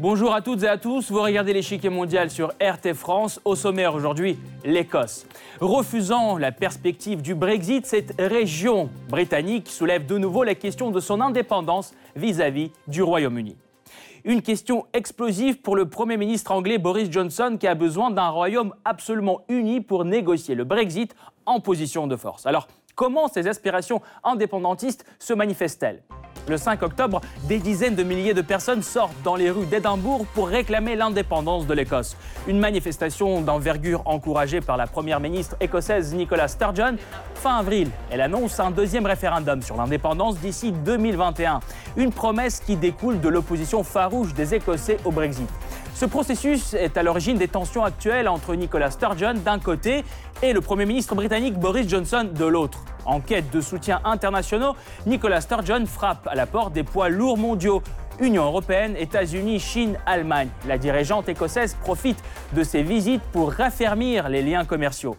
Bonjour à toutes et à tous, vous regardez l'échiquier mondial sur RT France. Au sommaire aujourd'hui, l'Écosse. Refusant la perspective du Brexit, cette région britannique soulève de nouveau la question de son indépendance vis-à-vis du Royaume-Uni. Une question explosive pour le Premier ministre anglais Boris Johnson qui a besoin d'un royaume absolument uni pour négocier le Brexit en position de force. Alors, comment ces aspirations indépendantistes se manifestent-elles ? Le 5 octobre, des dizaines de milliers de personnes sortent dans les rues d'Édimbourg pour réclamer l'indépendance de l'Écosse. Une manifestation d'envergure encouragée par la première ministre écossaise Nicola Sturgeon. Fin avril, elle annonce un deuxième référendum sur l'indépendance d'ici 2021. Une promesse qui découle de l'opposition farouche des Écossais au Brexit. Ce processus est à l'origine des tensions actuelles entre Nicola Sturgeon d'un côté et le Premier ministre britannique Boris Johnson de l'autre. En quête de soutien internationaux, Nicola Sturgeon frappe à la porte des poids lourds mondiaux. Union européenne, États-Unis, Chine, Allemagne. La dirigeante écossaise profite de ces visites pour raffermir les liens commerciaux.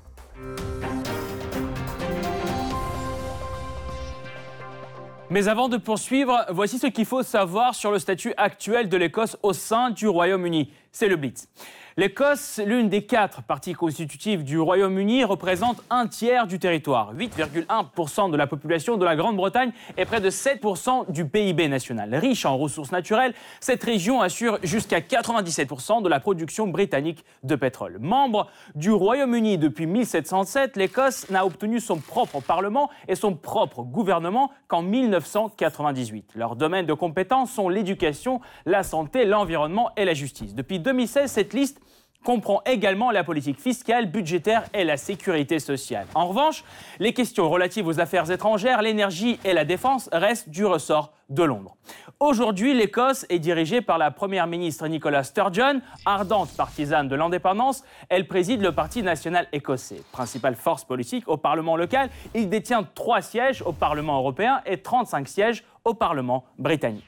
Mais avant de poursuivre, voici ce qu'il faut savoir sur le statut actuel de l'Écosse au sein du Royaume-Uni. C'est le Blitz. L'Écosse, l'une des 4 parties constitutives du Royaume-Uni, représente un tiers du territoire, 8,1% de la population de la Grande-Bretagne et près de 7% du PIB national. Riche en ressources naturelles, cette région assure jusqu'à 97% de la production britannique de pétrole. Membre du Royaume-Uni depuis 1707, l'Écosse n'a obtenu son propre parlement et son propre gouvernement qu'en 1998. Leurs domaines de compétences sont l'éducation, la santé, l'environnement et la justice. Depuis 2016, cette liste comprend également la politique fiscale, budgétaire et la sécurité sociale. En revanche, les questions relatives aux affaires étrangères, l'énergie et la défense restent du ressort de Londres. Aujourd'hui, l'Écosse est dirigée par la première ministre Nicola Sturgeon, ardente partisane de l'indépendance. Elle préside le Parti national écossais. Principale force politique au Parlement local, il détient 3 sièges au Parlement européen et 35 sièges au Parlement britannique.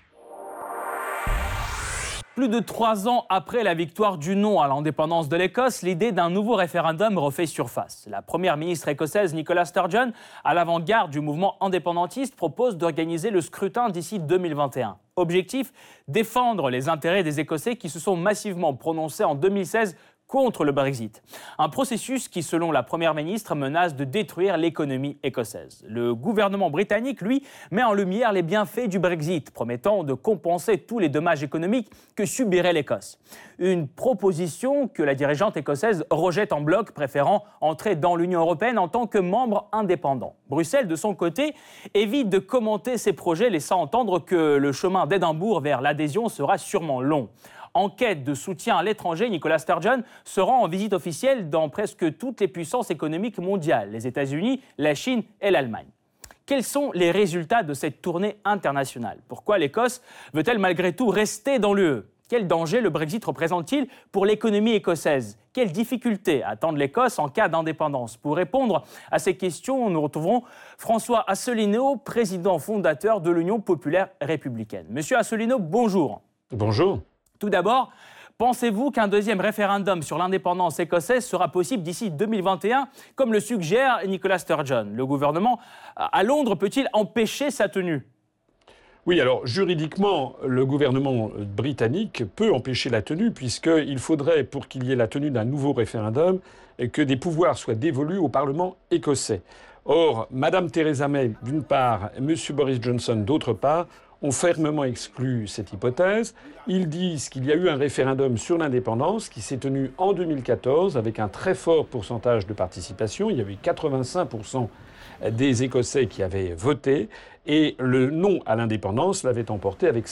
Plus de 3 ans après la victoire du non à l'indépendance de l'Écosse, l'idée d'un nouveau référendum refait surface. La première ministre écossaise Nicola Sturgeon, à l'avant-garde du mouvement indépendantiste, propose d'organiser le scrutin d'ici 2021. Objectif, défendre les intérêts des Écossais qui se sont massivement prononcés en 2016 contre le Brexit. Un processus qui, selon la première ministre, menace de détruire l'économie écossaise. Le gouvernement britannique, lui, met en lumière les bienfaits du Brexit, promettant de compenser tous les dommages économiques que subirait l'Écosse. Une proposition que la dirigeante écossaise rejette en bloc, préférant entrer dans l'Union européenne en tant que membre indépendant. Bruxelles, de son côté, évite de commenter ces projets, laissant entendre que le chemin d'Édimbourg vers l'adhésion sera sûrement long. En quête de soutien à l'étranger, Nicola Sturgeon se rend en visite officielle dans presque toutes les puissances économiques mondiales, les États-Unis, la Chine et l'Allemagne. Quels sont les résultats de cette tournée internationale ? Pourquoi l'Écosse veut-elle malgré tout rester dans l'UE ? Quel danger le Brexit représente-t-il pour l'économie écossaise ? Quelles difficultés attendent l'Écosse en cas d'indépendance ? Pour répondre à ces questions, nous retrouvons François Asselineau, président fondateur de l'Union populaire républicaine. Monsieur Asselineau, bonjour. Bonjour. Tout d'abord, pensez-vous qu'un deuxième référendum sur l'indépendance écossaise sera possible d'ici 2021, comme le suggère Nicola Sturgeon ? Le gouvernement à Londres peut-il empêcher sa tenue ? Oui, alors juridiquement, le gouvernement britannique peut empêcher la tenue, puisqu'il faudrait, pour qu'il y ait la tenue d'un nouveau référendum, que des pouvoirs soient dévolus au Parlement écossais. Or, Mme Theresa May, d'une part, et M. Boris Johnson, d'autre part, ont fermement exclu cette hypothèse. Ils disent qu'il y a eu un référendum sur l'indépendance qui s'est tenu en 2014 avec un très fort pourcentage de participation. Il y avait 85% des Écossais qui avaient voté et le non à l'indépendance l'avait emporté avec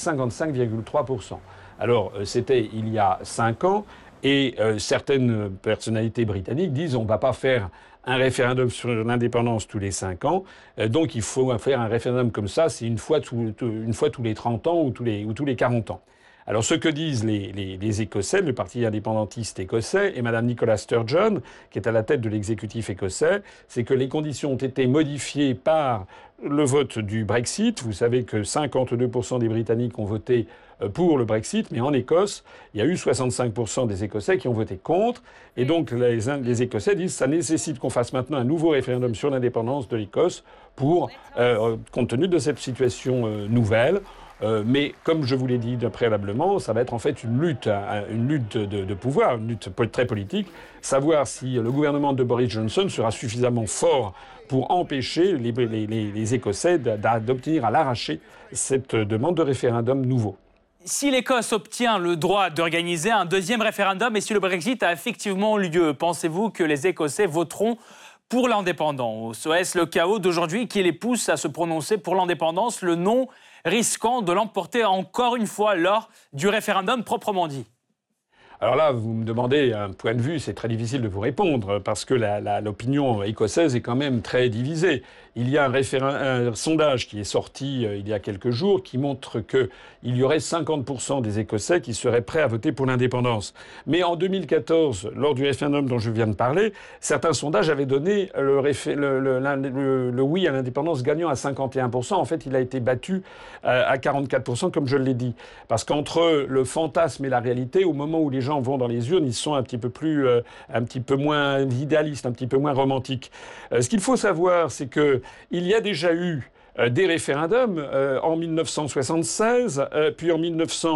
55,3%. Alors, c'était il y a 5 ans et certaines personnalités britanniques disent on ne va pas faire un référendum sur l'indépendance tous les 5 ans. Donc il faut faire un référendum comme ça, c'est une fois tous les 30 ans ou tous les 40 ans. Alors ce que disent les Écossais, le parti indépendantiste écossais et Mme Nicola Sturgeon, qui est à la tête de l'exécutif écossais, c'est que les conditions ont été modifiées par le vote du Brexit. Vous savez que 52% des Britanniques ont voté pour le Brexit, mais en Écosse, il y a eu 65% des Écossais qui ont voté contre. Et donc les Écossais disent que ça nécessite qu'on fasse maintenant un nouveau référendum sur l'indépendance de l'Écosse pour, compte tenu de cette situation nouvelle. Mais comme je vous l'ai dit préalablement, ça va être en fait une lutte de pouvoir, une lutte très politique, savoir si le gouvernement de Boris Johnson sera suffisamment fort pour empêcher les Écossais d'obtenir à l'arraché cette demande de référendum nouveau. Si l'Écosse obtient le droit d'organiser un deuxième référendum et si le Brexit a effectivement lieu, pensez-vous que les Écossais voteront pour l'indépendance? Est-ce le chaos d'aujourd'hui qui les pousse à se prononcer pour l'indépendance, le non risquant de l'emporter encore une fois lors du référendum proprement dit? Alors là, vous me demandez un point de vue, c'est très difficile de vous répondre, parce que l'opinion écossaise est quand même très divisée. Il y a un sondage qui est sorti il y a quelques jours qui montre qu'il y aurait 50% des Écossais qui seraient prêts à voter pour l'indépendance. Mais en 2014, lors du référendum dont je viens de parler, certains sondages avaient donné le oui à l'indépendance gagnant à 51%. En fait, il a été battu à 44%, comme je l'ai dit. Parce qu'entre le fantasme et la réalité, au moment où les gens vont dans les urnes, ils sont un petit peu moins idéalistes, un petit peu moins romantiques. Ce qu'il faut savoir, c'est que il y a déjà eu des référendums en 1976, puis en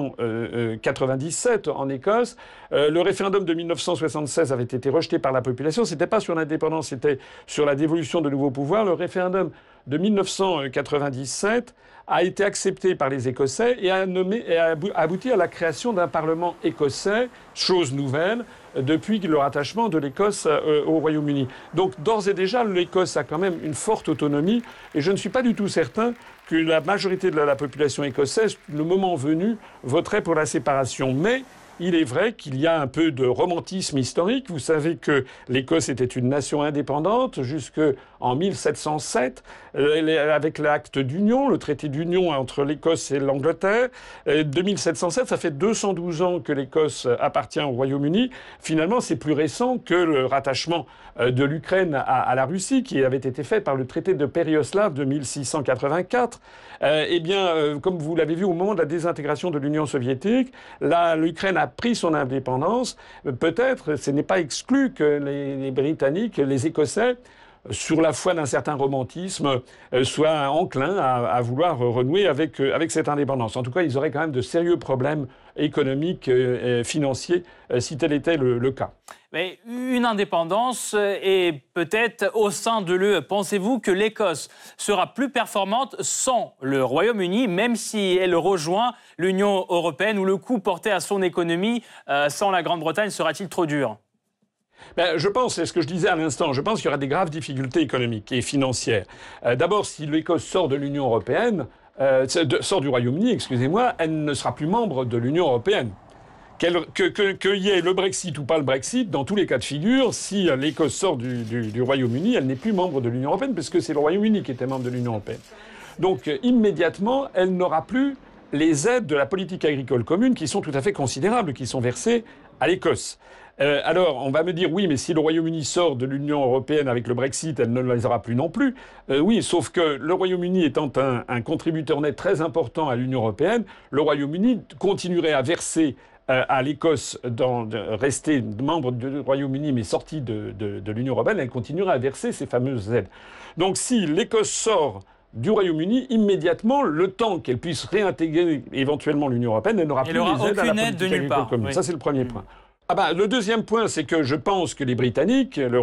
1997 en Écosse. Le référendum de 1976 avait été rejeté par la population. C'était pas sur l'indépendance, c'était sur la dévolution de nouveaux pouvoirs. Le référendum de 1997 a été accepté par les Écossais et a abouti à la création d'un Parlement écossais, chose nouvelle, depuis le rattachement de l'Écosse au Royaume-Uni. Donc d'ores et déjà, l'Écosse a quand même une forte autonomie et je ne suis pas du tout certain que la majorité de la population écossaise, le moment venu, voterait pour la séparation. Mais il est vrai qu'il y a un peu de romantisme historique. Vous savez que l'Écosse était une nation indépendante jusqu'en 1707, avec l'acte d'union, le traité d'union entre l'Écosse et l'Angleterre. De 1707, ça fait 212 ans que l'Écosse appartient au Royaume-Uni. Finalement, c'est plus récent que le rattachement de l'Ukraine à la Russie, qui avait été fait par le traité de Péréoslav de 1684. Comme vous l'avez vu au moment de la désintégration de l'Union soviétique, l'Ukraine a pris son indépendance. Peut-être, ce n'est pas exclu que les Britanniques, les Écossais, sur la foi d'un certain romantisme, soient enclins à vouloir renouer avec cette indépendance. En tout cas, ils auraient quand même de sérieux problèmes économiques et financiers si tel était le cas. Mais une indépendance et peut-être au sein de l'UE. Pensez-vous que l'Écosse sera plus performante sans le Royaume-Uni, même si elle rejoint l'Union européenne, où le coût porté à son économie sans la Grande-Bretagne sera-t-il trop dur ? Je pense, c'est ce que je disais à l'instant, je pense qu'il y aura des graves difficultés économiques et financières. D'abord, si l'Écosse sort de l'Union européenne, sort du Royaume-Uni, excusez-moi, elle ne sera plus membre de l'Union européenne. Qu'il y ait le Brexit ou pas le Brexit, dans tous les cas de figure, si l'Écosse sort du Royaume-Uni, elle n'est plus membre de l'Union européenne, parce que c'est le Royaume-Uni qui était membre de l'Union européenne. Donc, immédiatement, elle n'aura plus les aides de la politique agricole commune, qui sont tout à fait considérables, qui sont versées à l'Écosse. Alors, on va me dire, oui, mais si le Royaume-Uni sort de l'Union européenne avec le Brexit, elle ne les aura plus non plus. Oui, sauf que le Royaume-Uni étant un contributeur net très important à l'Union européenne, le Royaume-Uni continuerait à verser à l'Écosse rester membre du Royaume-Uni mais sortie de l'Union européenne, elle continuera à verser ces fameuses aides. Donc si l'Écosse sort du Royaume-Uni, immédiatement, le temps qu'elle puisse réintégrer éventuellement l'Union européenne, elle n'aura plus les aides à la politique agricole commune. Oui. Ça, c'est le premier point. Le deuxième point, c'est que je pense que les Britanniques, le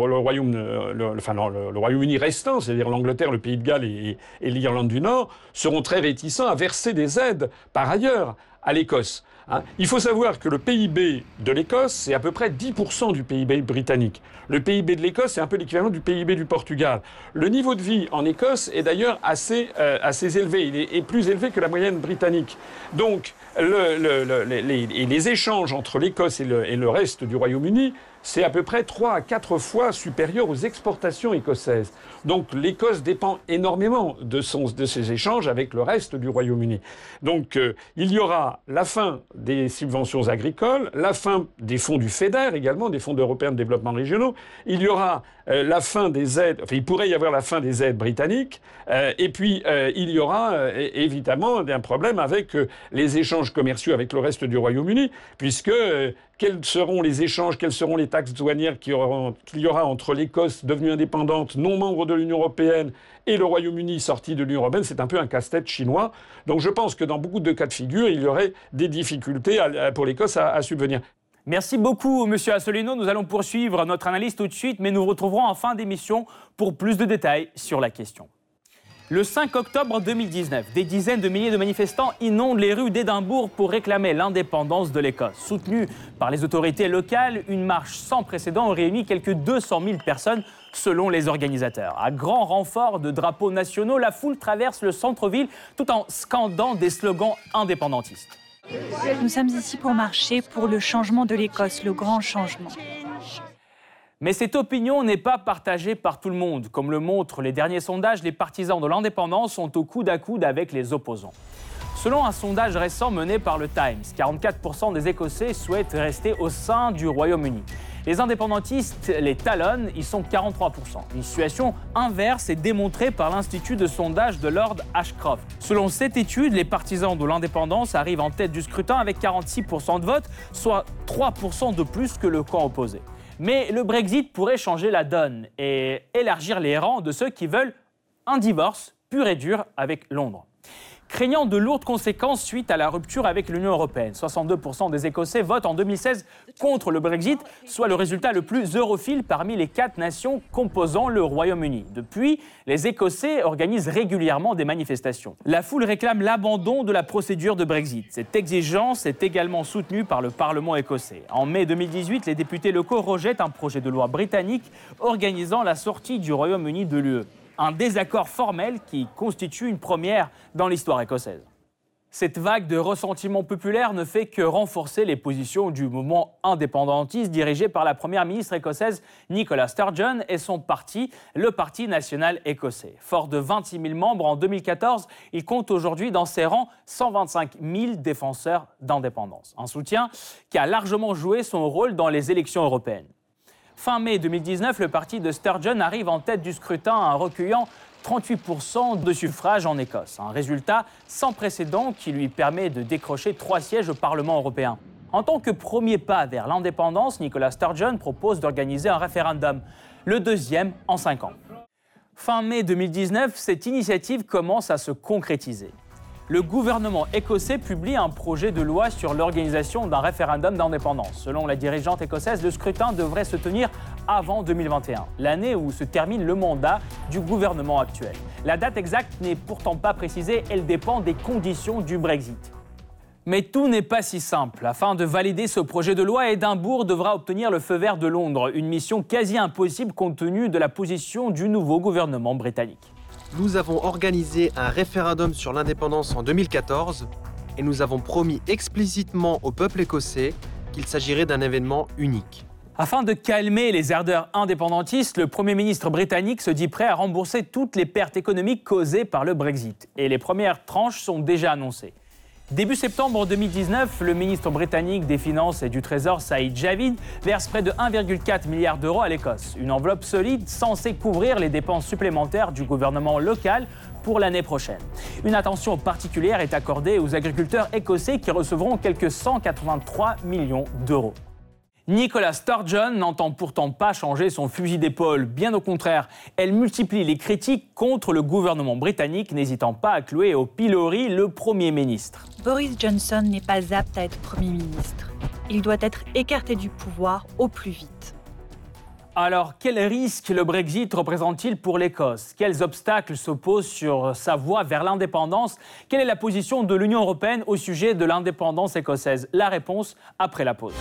Royaume-Uni restant, c'est-à-dire l'Angleterre, le Pays de Galles et l'Irlande du Nord, seront très réticents à verser des aides, par ailleurs, à l'Écosse. Il faut savoir que le PIB de l'Écosse, c'est à peu près 10% du PIB britannique. Le PIB de l'Écosse, c'est un peu l'équivalent du PIB du Portugal. Le niveau de vie en Écosse est d'ailleurs assez élevé. Il est plus élevé que la moyenne britannique. Donc, les échanges entre l'Écosse et le reste du Royaume-Uni, c'est à peu près 3 à 4 fois supérieur aux exportations écossaises. Donc l'Écosse dépend énormément de ces échanges avec le reste du Royaume-Uni. Donc il y aura la fin des subventions agricoles, la fin des fonds du FEDER également, des fonds européens de développement régionaux. Il y aura la fin des aides, il pourrait y avoir la fin des aides britanniques. Et puis il y aura évidemment un problème avec les échanges échanges commerciaux avec le reste du Royaume-Uni, puisque quels seront les échanges, quelles seront les taxes douanières qu'il y aura entre l'Écosse devenue indépendante, non membre de l'Union européenne, et le Royaume-Uni sorti de l'Union européenne, c'est un peu un casse-tête chinois. Donc je pense que dans beaucoup de cas de figure, il y aurait des difficultés pour l'Écosse à subvenir. Merci beaucoup, Monsieur Assolino. Nous allons poursuivre notre analyse tout de suite, mais nous vous retrouverons en fin d'émission pour plus de détails sur la question. Le 5 octobre 2019, des dizaines de milliers de manifestants inondent les rues d'Édimbourg pour réclamer l'indépendance de l'Écosse. Soutenue par les autorités locales, une marche sans précédent réunit quelques 200 000 personnes selon les organisateurs. À grand renfort de drapeaux nationaux, la foule traverse le centre-ville tout en scandant des slogans indépendantistes. Nous sommes ici pour marcher pour le changement de l'Écosse, le grand changement. Mais cette opinion n'est pas partagée par tout le monde. Comme le montrent les derniers sondages, les partisans de l'indépendance sont au coude à coude avec les opposants. Selon un sondage récent mené par le Times, 44% des Écossais souhaitent rester au sein du Royaume-Uni. Les indépendantistes les talonnent, ils sont 43%. Une situation inverse est démontrée par l'Institut de sondage de Lord Ashcroft. Selon cette étude, les partisans de l'indépendance arrivent en tête du scrutin avec 46% de vote, soit 3% de plus que le camp opposé. Mais le Brexit pourrait changer la donne et élargir les rangs de ceux qui veulent un divorce pur et dur avec Londres. Craignant de lourdes conséquences suite à la rupture avec l'Union européenne, 62% des Écossais votent en 2016 contre le Brexit, soit le résultat le plus europhile parmi les 4 nations composant le Royaume-Uni. Depuis, les Écossais organisent régulièrement des manifestations. La foule réclame l'abandon de la procédure de Brexit. Cette exigence est également soutenue par le Parlement écossais. En mai 2018, les députés locaux rejettent un projet de loi britannique organisant la sortie du Royaume-Uni de l'UE. Un désaccord formel qui constitue une première dans l'histoire écossaise. Cette vague de ressentiment populaire ne fait que renforcer les positions du mouvement indépendantiste dirigé par la première ministre écossaise Nicola Sturgeon et son parti, le Parti national écossais. Fort de 26 000 membres en 2014, il compte aujourd'hui dans ses rangs 125 000 défenseurs d'indépendance. Un soutien qui a largement joué son rôle dans les élections européennes. Fin mai 2019, le parti de Sturgeon arrive en tête du scrutin en recueillant 38% de suffrages en Écosse. Un résultat sans précédent qui lui permet de décrocher 3 sièges au Parlement européen. En tant que premier pas vers l'indépendance, Nicola Sturgeon propose d'organiser un référendum, le 2e en 5 ans. Fin mai 2019, cette initiative commence à se concrétiser. Le gouvernement écossais publie un projet de loi sur l'organisation d'un référendum d'indépendance. Selon la dirigeante écossaise, le scrutin devrait se tenir avant 2021, l'année où se termine le mandat du gouvernement actuel. La date exacte n'est pourtant pas précisée, elle dépend des conditions du Brexit. Mais tout n'est pas si simple. Afin de valider ce projet de loi, Édimbourg devra obtenir le feu vert de Londres, une mission quasi impossible compte tenu de la position du nouveau gouvernement britannique. Nous avons organisé un référendum sur l'indépendance en 2014 et nous avons promis explicitement au peuple écossais qu'il s'agirait d'un événement unique. Afin de calmer les ardeurs indépendantistes, le Premier ministre britannique se dit prêt à rembourser toutes les pertes économiques causées par le Brexit. Et les premières tranches sont déjà annoncées. Début septembre 2019, le ministre britannique des Finances et du Trésor, Saïd Javid, verse près de 1,4 milliard d'euros à l'Écosse. Une enveloppe solide censée couvrir les dépenses supplémentaires du gouvernement local pour l'année prochaine. Une attention particulière est accordée aux agriculteurs écossais qui recevront quelques 183 millions d'euros. Nicola Sturgeon n'entend pourtant pas changer son fusil d'épaule. Bien au contraire, elle multiplie les critiques contre le gouvernement britannique, n'hésitant pas à clouer au pilori le Premier ministre. Boris Johnson n'est pas apte à être Premier ministre. Il doit être écarté du pouvoir au plus vite. Alors, quel risque le Brexit représente-t-il pour l'Écosse? Quels obstacles s'opposent sur sa voie vers l'indépendance? Quelle est la position de l'Union européenne au sujet de l'indépendance écossaise? La réponse après la pause.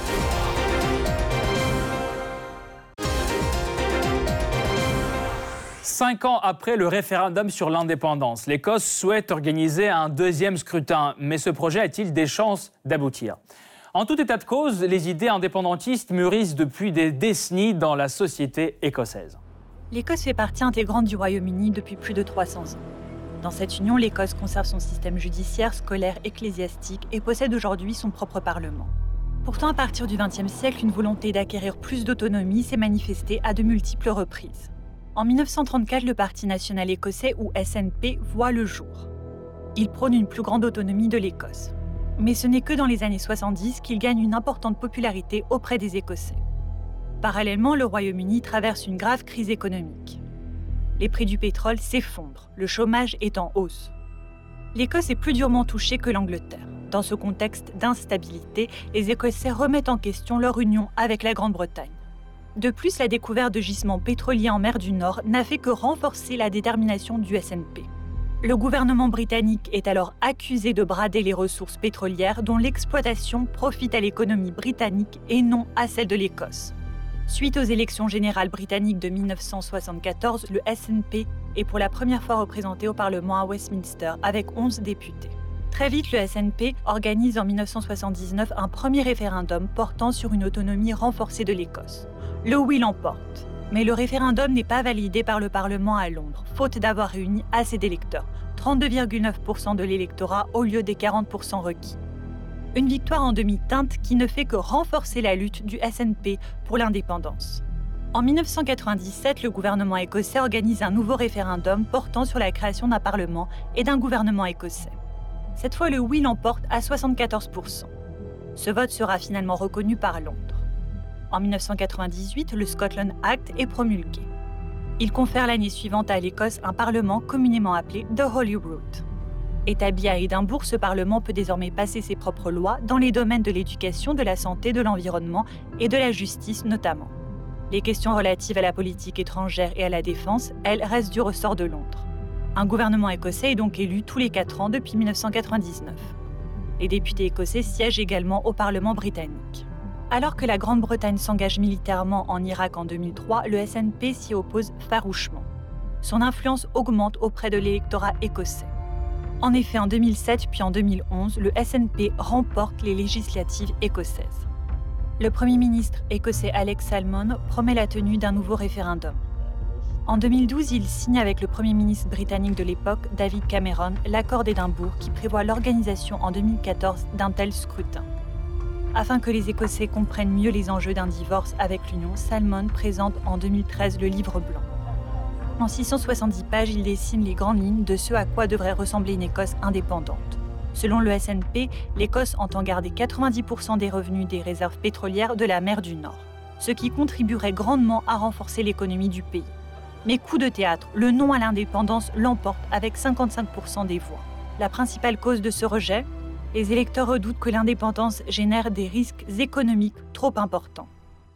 Cinq ans après le référendum sur l'indépendance, l'Écosse souhaite organiser un 2e scrutin. Mais ce projet a-t-il des chances d'aboutir? En tout état de cause, les idées indépendantistes mûrissent depuis des décennies dans la société écossaise. L'Écosse fait partie intégrante du Royaume-Uni depuis plus de 300 ans. Dans cette union, l'Écosse conserve son système judiciaire, scolaire, ecclésiastique et possède aujourd'hui son propre parlement. Pourtant, à partir du XXe siècle, une volonté d'acquérir plus d'autonomie s'est manifestée à de multiples reprises. En 1934, le Parti national écossais, ou SNP, voit le jour. Il prône une plus grande autonomie de l'Écosse. Mais ce n'est que dans les années 70 qu'il gagne une importante popularité auprès des Écossais. Parallèlement, le Royaume-Uni traverse une grave crise économique. Les prix du pétrole s'effondrent, le chômage est en hausse. L'Écosse est plus durement touchée que l'Angleterre. Dans ce contexte d'instabilité, les Écossais remettent en question leur union avec la Grande-Bretagne. De plus, la découverte de gisements pétroliers en mer du Nord n'a fait que renforcer la détermination du SNP. Le gouvernement britannique est alors accusé de brader les ressources pétrolières dont l'exploitation profite à l'économie britannique et non à celle de l'Écosse. Suite aux élections générales britanniques de 1974, le SNP est pour la première fois représenté au Parlement à Westminster avec 11 députés. Très vite, le SNP organise en 1979 un premier référendum portant sur une autonomie renforcée de l'Écosse. Le oui l'emporte. Mais le référendum n'est pas validé par le Parlement à Londres, faute d'avoir réuni assez d'électeurs, 32,9% de l'électorat au lieu des 40% requis. Une victoire en demi-teinte qui ne fait que renforcer la lutte du SNP pour l'indépendance. En 1997, le gouvernement écossais organise un nouveau référendum portant sur la création d'un parlement et d'un gouvernement écossais. Cette fois, le oui l'emporte à 74%. Ce vote sera finalement reconnu par Londres. En 1998, le Scotland Act est promulgué. Il confère l'année suivante à l'Écosse un parlement communément appelé The Holyrood. Établi à Édimbourg, ce parlement peut désormais passer ses propres lois dans les domaines de l'éducation, de la santé, de l'environnement et de la justice notamment. Les questions relatives à la politique étrangère et à la défense, elles, restent du ressort de Londres. Un gouvernement écossais est donc élu tous les 4 ans depuis 1999. Les députés écossais siègent également au Parlement britannique. Alors que la Grande-Bretagne s'engage militairement en Irak en 2003, le SNP s'y oppose farouchement. Son influence augmente auprès de l'électorat écossais. En effet, en 2007 puis en 2011, le SNP remporte les législatives écossaises. Le Premier ministre écossais Alex Salmond promet la tenue d'un nouveau référendum. En 2012, il signe avec le Premier ministre britannique de l'époque, David Cameron, l'accord d'Édimbourg qui prévoit l'organisation en 2014 d'un tel scrutin. Afin que les Écossais comprennent mieux les enjeux d'un divorce avec l'Union, Salmond présente en 2013 le Livre blanc. En 670 pages, il dessine les grandes lignes de ce à quoi devrait ressembler une Écosse indépendante. Selon le SNP, l'Écosse entend garder 90% des revenus des réserves pétrolières de la mer du Nord, ce qui contribuerait grandement à renforcer l'économie du pays. Mais coup de théâtre, le non à l'indépendance l'emporte avec 55% des voix. La principale cause de ce rejet ? Les électeurs redoutent que l'indépendance génère des risques économiques trop importants.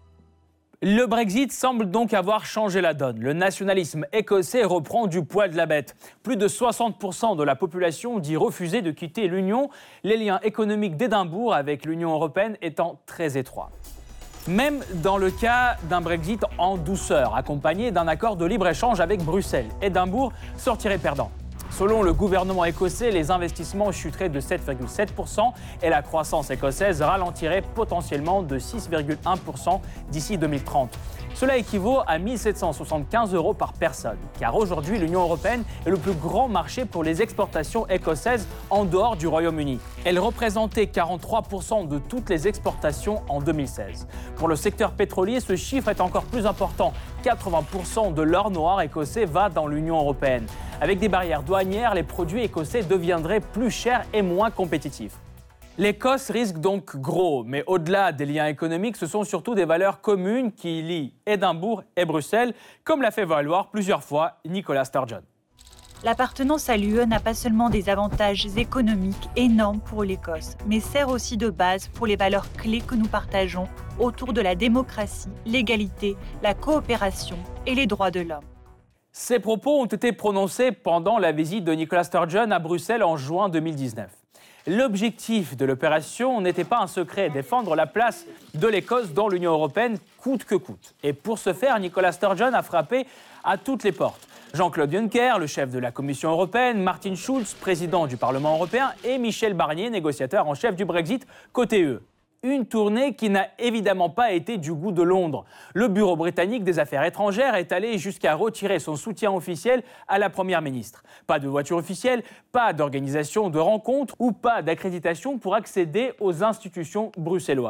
Le Brexit semble donc avoir changé la donne. Le nationalisme écossais reprend du poil de la bête. Plus de 60% de la population dit refuser de quitter l'Union, les liens économiques d'Édimbourg avec l'Union européenne étant très étroits. Même dans le cas d'un Brexit en douceur, accompagné d'un accord de libre-échange avec Bruxelles, Édimbourg sortirait perdant. Selon le gouvernement écossais, les investissements chuteraient de 7,7% et la croissance écossaise ralentirait potentiellement de 6,1% d'ici 2030. Cela équivaut à 1 775 € par personne, car aujourd'hui l'Union européenne est le plus grand marché pour les exportations écossaises en dehors du Royaume-Uni. Elle représentait 43% de toutes les exportations en 2016. Pour le secteur pétrolier, ce chiffre est encore plus important. 80% de l'or noir écossais va dans l'Union européenne. Avec des barrières douanières, les produits écossais deviendraient plus chers et moins compétitifs. L'Écosse risque donc gros, mais au-delà des liens économiques, ce sont surtout des valeurs communes qui lient Édimbourg et Bruxelles, comme l'a fait valoir plusieurs fois Nicola Sturgeon. L'appartenance à l'UE n'a pas seulement des avantages économiques énormes pour l'Écosse, mais sert aussi de base pour les valeurs clés que nous partageons autour de la démocratie, l'égalité, la coopération et les droits de l'homme. Ces propos ont été prononcés pendant la visite de Nicola Sturgeon à Bruxelles en juin 2019. L'objectif de l'opération n'était pas un secret, défendre la place de l'Écosse dans l'Union européenne coûte que coûte. Et pour ce faire, Nicola Sturgeon a frappé à toutes les portes. Jean-Claude Juncker, le chef de la Commission européenne, Martin Schulz, président du Parlement européen, et Michel Barnier, négociateur en chef du Brexit côté UE. Une tournée qui n'a évidemment pas été du goût de Londres. Le Bureau britannique des affaires étrangères est allé jusqu'à retirer son soutien officiel à la Première ministre. Pas de voiture officielle, pas d'organisation de rencontres ou pas d'accréditation pour accéder aux institutions bruxelloises.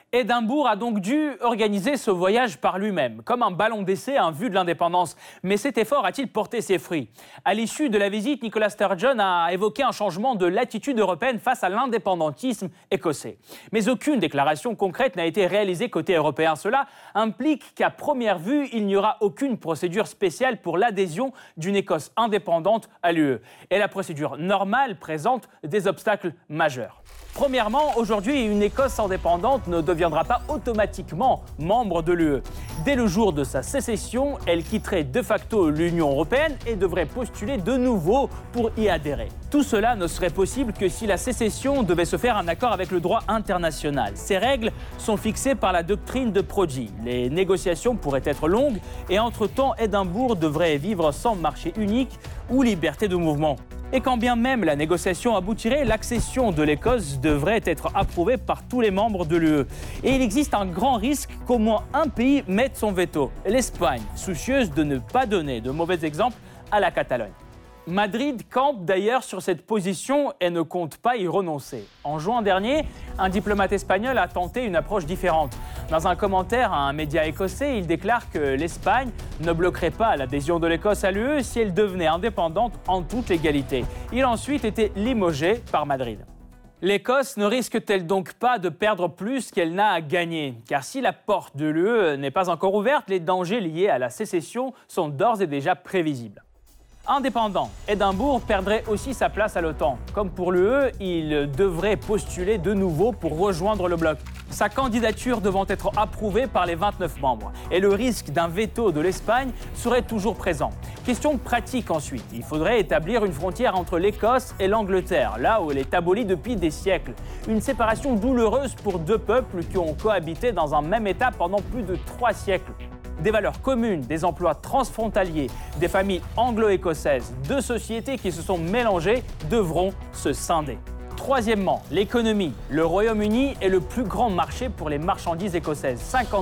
Édimbourg a donc dû organiser ce voyage par lui-même, comme un ballon d'essai en vue de l'indépendance. Mais cet effort a-t-il porté ses fruits? À l'issue de la visite, Nicola Sturgeon a évoqué un changement de l'attitude européenne face à l'indépendantisme écossais. Mais aucune déclaration concrète n'a été réalisée côté européen. Cela implique qu'à première vue, il n'y aura aucune procédure spéciale pour l'adhésion d'une Écosse indépendante à l'UE. Et la procédure normale présente des obstacles majeurs. Premièrement, aujourd'hui, une Écosse indépendante ne deviendra pas automatiquement membre de l'UE. Dès le jour de sa sécession, elle quitterait de facto l'Union européenne et devrait postuler de nouveau pour y adhérer. Tout cela ne serait possible que si la sécession devait se faire en accord avec le droit international. Ces règles sont fixées par la doctrine de Prodi. Les négociations pourraient être longues et entre-temps, Édimbourg devrait vivre sans marché unique ou liberté de mouvement. Et quand bien même la négociation aboutirait, l'accession de l'Écosse devrait être approuvée par tous les membres de l'UE. Et il existe un grand risque qu'au moins un pays mette son veto, l'Espagne, soucieuse de ne pas donner de mauvais exemples à la Catalogne. Madrid campe d'ailleurs sur cette position et ne compte pas y renoncer. En juin dernier, un diplomate espagnol a tenté une approche différente. Dans un commentaire à un média écossais, il déclare que l'Espagne ne bloquerait pas l'adhésion de l'Écosse à l'UE si elle devenait indépendante en toute légalité. Il a ensuite été limogé par Madrid. L'Écosse ne risque-t-elle donc pas de perdre plus qu'elle n'a à gagner? Car si la porte de l'UE n'est pas encore ouverte, les dangers liés à la sécession sont d'ores et déjà prévisibles. Indépendant, Édimbourg perdrait aussi sa place à l'OTAN. Comme pour l'UE, il devrait postuler de nouveau pour rejoindre le bloc. Sa candidature devant être approuvée par les 29 membres. Et le risque d'un veto de l'Espagne serait toujours présent. Question pratique ensuite. Il faudrait établir une frontière entre l'Écosse et l'Angleterre, là où elle est abolie depuis des siècles. Une séparation douloureuse pour deux peuples qui ont cohabité dans un même État pendant plus de 3 siècles. Des valeurs communes, des emplois transfrontaliers, des familles anglo-écossaises, deux sociétés qui se sont mélangées devront se scinder. Troisièmement, l'économie. Le Royaume-Uni est le plus grand marché pour les marchandises écossaises.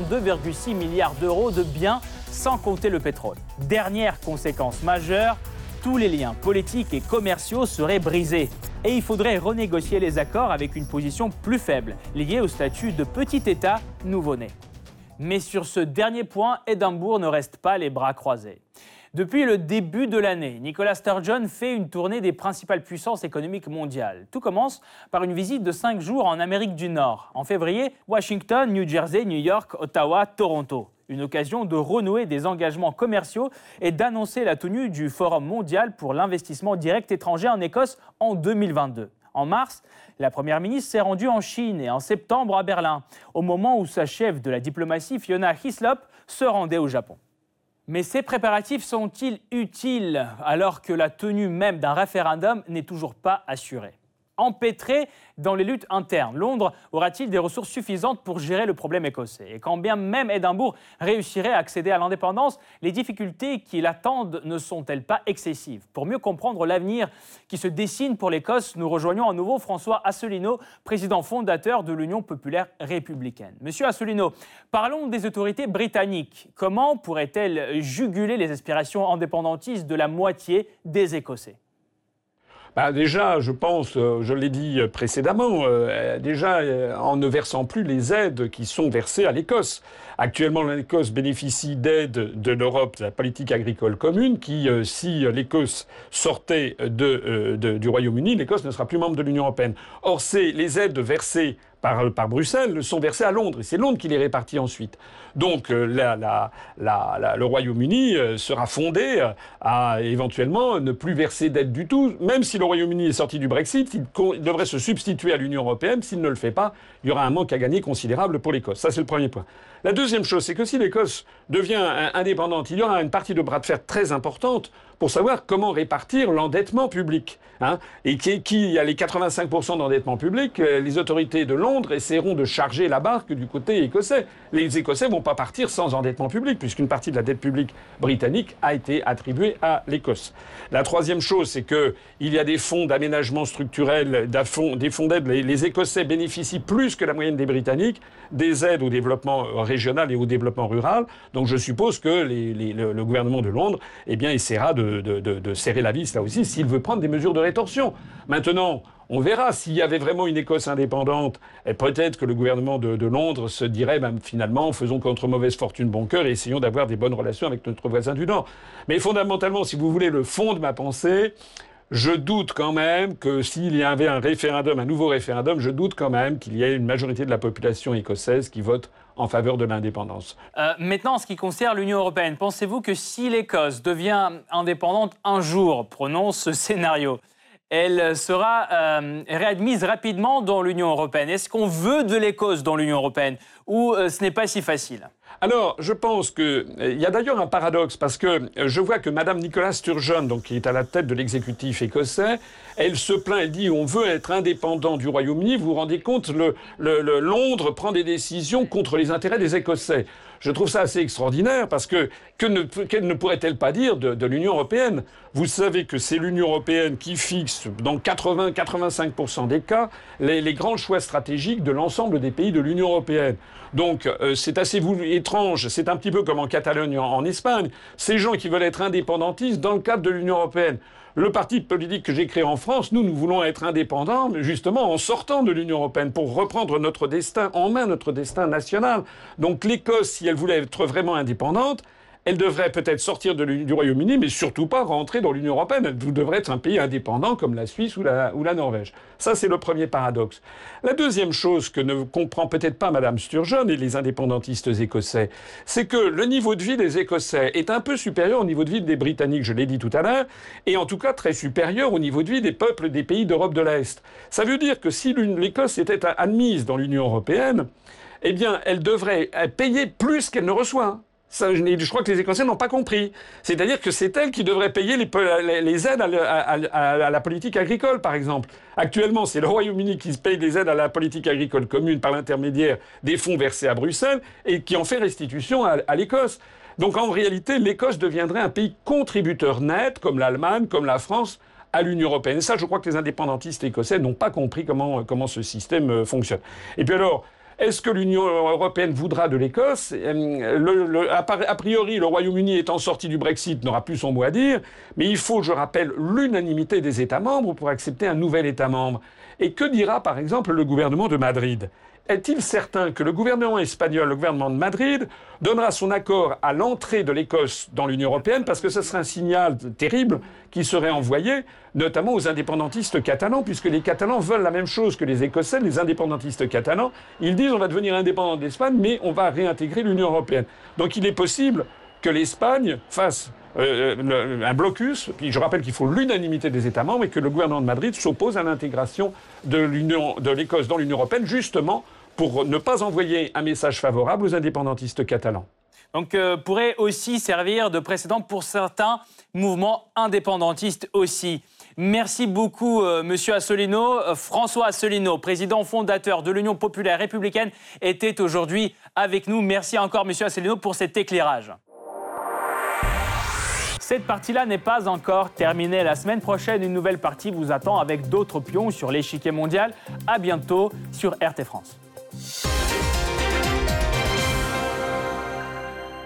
52,6 milliards d'euros de biens, sans compter le pétrole. Dernière conséquence majeure, tous les liens politiques et commerciaux seraient brisés. Et il faudrait renégocier les accords avec une position plus faible, liée au statut de petit État nouveau-né. Mais sur ce dernier point, Édimbourg ne reste pas les bras croisés. Depuis le début de l'année, Nicola Sturgeon fait une tournée des principales puissances économiques mondiales. Tout commence par une visite de 5 jours en Amérique du Nord. En février, Washington, New Jersey, New York, Ottawa, Toronto. Une occasion de renouer des engagements commerciaux et d'annoncer la tenue du Forum mondial pour l'investissement direct étranger en Écosse en 2022. En mars, la première ministre s'est rendue en Chine et en septembre à Berlin, au moment où sa chef de la diplomatie, Fiona Hislop, se rendait au Japon. Mais ces préparatifs sont-ils utiles alors que la tenue même d'un référendum n'est toujours pas assurée? Empêtré dans les luttes internes, Londres aura-t-il des ressources suffisantes pour gérer le problème écossais? Et quand bien même Édimbourg réussirait à accéder à l'indépendance, les difficultés qui l'attendent ne sont-elles pas excessives? Pour mieux comprendre l'avenir qui se dessine pour l'Écosse, nous rejoignons à nouveau François Asselineau, président fondateur de l'Union populaire républicaine. Monsieur Asselineau, parlons des autorités britanniques. Comment pourraient-elles juguler les aspirations indépendantistes de la moitié des Écossais? Déjà, je pense, je l'ai dit précédemment, en ne versant plus les aides qui sont versées à l'Écosse. Actuellement, l'Écosse bénéficie d'aides de l'Europe, de la politique agricole commune, qui, si l'Écosse sortait du Royaume-Uni, l'Écosse ne sera plus membre de l'Union européenne. Or, les aides versées par Bruxelles sont versées à Londres, et c'est Londres qui les répartit ensuite. Donc le Royaume-Uni sera fondé à éventuellement ne plus verser d'aide du tout. Même si le Royaume-Uni est sorti du Brexit, il devrait se substituer à l'Union européenne. S'il ne le fait pas, il y aura un manque à gagner considérable pour l'Écosse. Ça, c'est le premier point. La deuxième chose, c'est que si l'Écosse devient indépendante, il y aura une partie de bras de fer très importante pour savoir comment répartir l'endettement public. Et qui a les 85% d'endettement public, les autorités de Londres essaieront de charger la barque du côté écossais. Les Écossais vont pas partir sans endettement public, puisqu'une partie de la dette publique britannique a été attribuée à l'Écosse. La troisième chose, c'est que il y a des fonds d'aménagement structurel, des fonds d'aide. Les Écossais bénéficient plus que la moyenne des Britanniques des aides au développement régional et au développement rural. Donc je suppose que le gouvernement de Londres, essaiera de de serrer la vis là aussi s'il veut prendre des mesures de rétorsion. Maintenant, on verra s'il y avait vraiment une Écosse indépendante, et peut-être que le gouvernement de Londres se dirait finalement faisons contre mauvaise fortune bon cœur et essayons d'avoir des bonnes relations avec notre voisin du Nord. Mais fondamentalement, si vous voulez le fond de ma pensée, je doute quand même que s'il y avait un nouveau référendum, je doute quand même qu'il y ait une majorité de la population écossaise qui vote en faveur de l'indépendance. Maintenant, en ce qui concerne l'Union européenne, pensez-vous que si l'Écosse devient indépendante un jour, prenons ce scénario, elle sera réadmise rapidement dans l'Union européenne? Est-ce qu'on veut de l'Écosse dans l'Union européenne ou ce n'est pas si facile? Alors, je pense qu'il y a d'ailleurs un paradoxe, parce que je vois que Mme Nicola Sturgeon, donc, qui est à la tête de l'exécutif écossais, elle se plaint, elle dit on veut être indépendant du Royaume-Uni. Vous vous rendez compte, Londres prend des décisions contre les intérêts des Écossais. Je trouve ça assez extraordinaire, parce que qu'elle ne pourrait-elle pas dire de l'Union européenne? Vous savez que c'est l'Union européenne qui fixe, dans 80-85% des cas, les grands choix stratégiques de l'ensemble des pays de l'Union européenne. Donc, c'est assez étrange, c'est un petit peu comme en Catalogne en Espagne, ces gens qui veulent être indépendantistes dans le cadre de l'Union européenne. Le parti politique que j'ai créé en France, nous voulons être indépendants, mais justement en sortant de l'Union européenne pour reprendre notre destin en main, notre destin national. Donc l'Écosse, si elle voulait être vraiment indépendante, elle devrait peut-être sortir du Royaume-Uni, mais surtout pas rentrer dans l'Union européenne. Elle devrait être un pays indépendant comme la Suisse ou la Norvège. Ça, c'est le premier paradoxe. La deuxième chose que ne comprend peut-être pas Mme Sturgeon et les indépendantistes écossais, c'est que le niveau de vie des Écossais est un peu supérieur au niveau de vie des Britanniques, je l'ai dit tout à l'heure, et en tout cas très supérieur au niveau de vie des peuples des pays d'Europe de l'Est. Ça veut dire que si l'Écosse était admise dans l'Union européenne, eh bien, elle devrait payer plus qu'elle ne reçoit. Ça, je crois que les Écossais n'ont pas compris. C'est-à-dire que c'est elle qui devrait payer les aides à la politique agricole, par exemple. Actuellement, c'est le Royaume-Uni qui paye des aides à la politique agricole commune par l'intermédiaire des fonds versés à Bruxelles et qui en fait restitution à l'Écosse. Donc en réalité, l'Écosse deviendrait un pays contributeur net, comme l'Allemagne, comme la France, à l'Union européenne. Et ça, je crois que les indépendantistes écossais n'ont pas compris comment ce système fonctionne. Et puis alors, est-ce que l'Union européenne voudra de l'Écosse? A priori, le Royaume-Uni étant sorti du Brexit n'aura plus son mot à dire, mais il faut, je rappelle, l'unanimité des États membres pour accepter un nouvel État membre. Et que dira, par exemple, le gouvernement de Madrid? Est-il certain que le gouvernement espagnol, le gouvernement de Madrid, donnera son accord à l'entrée de l'Écosse dans l'Union européenne, parce que ce serait un signal terrible qui serait envoyé, notamment aux indépendantistes catalans, puisque les Catalans veulent la même chose que les Écossais, les indépendantistes catalans. Ils disent on va devenir indépendant d'Espagne, mais on va réintégrer l'Union européenne. Donc il est possible que l'Espagne fasse un blocus, puis je rappelle qu'il faut l'unanimité des États membres et que le gouvernement de Madrid s'oppose à l'intégration de l'Écosse dans l'Union européenne, justement pour ne pas envoyer un message favorable aux indépendantistes catalans. Donc pourrait aussi servir de précédent pour certains mouvements indépendantistes aussi. Merci beaucoup, Monsieur Asselineau. François Asselineau, président fondateur de l'Union populaire républicaine, était aujourd'hui avec nous. Merci encore, Monsieur Asselineau, pour cet éclairage. Cette partie-là n'est pas encore terminée. La semaine prochaine, une nouvelle partie vous attend avec d'autres pions sur l'échiquier mondial. À bientôt sur RT France.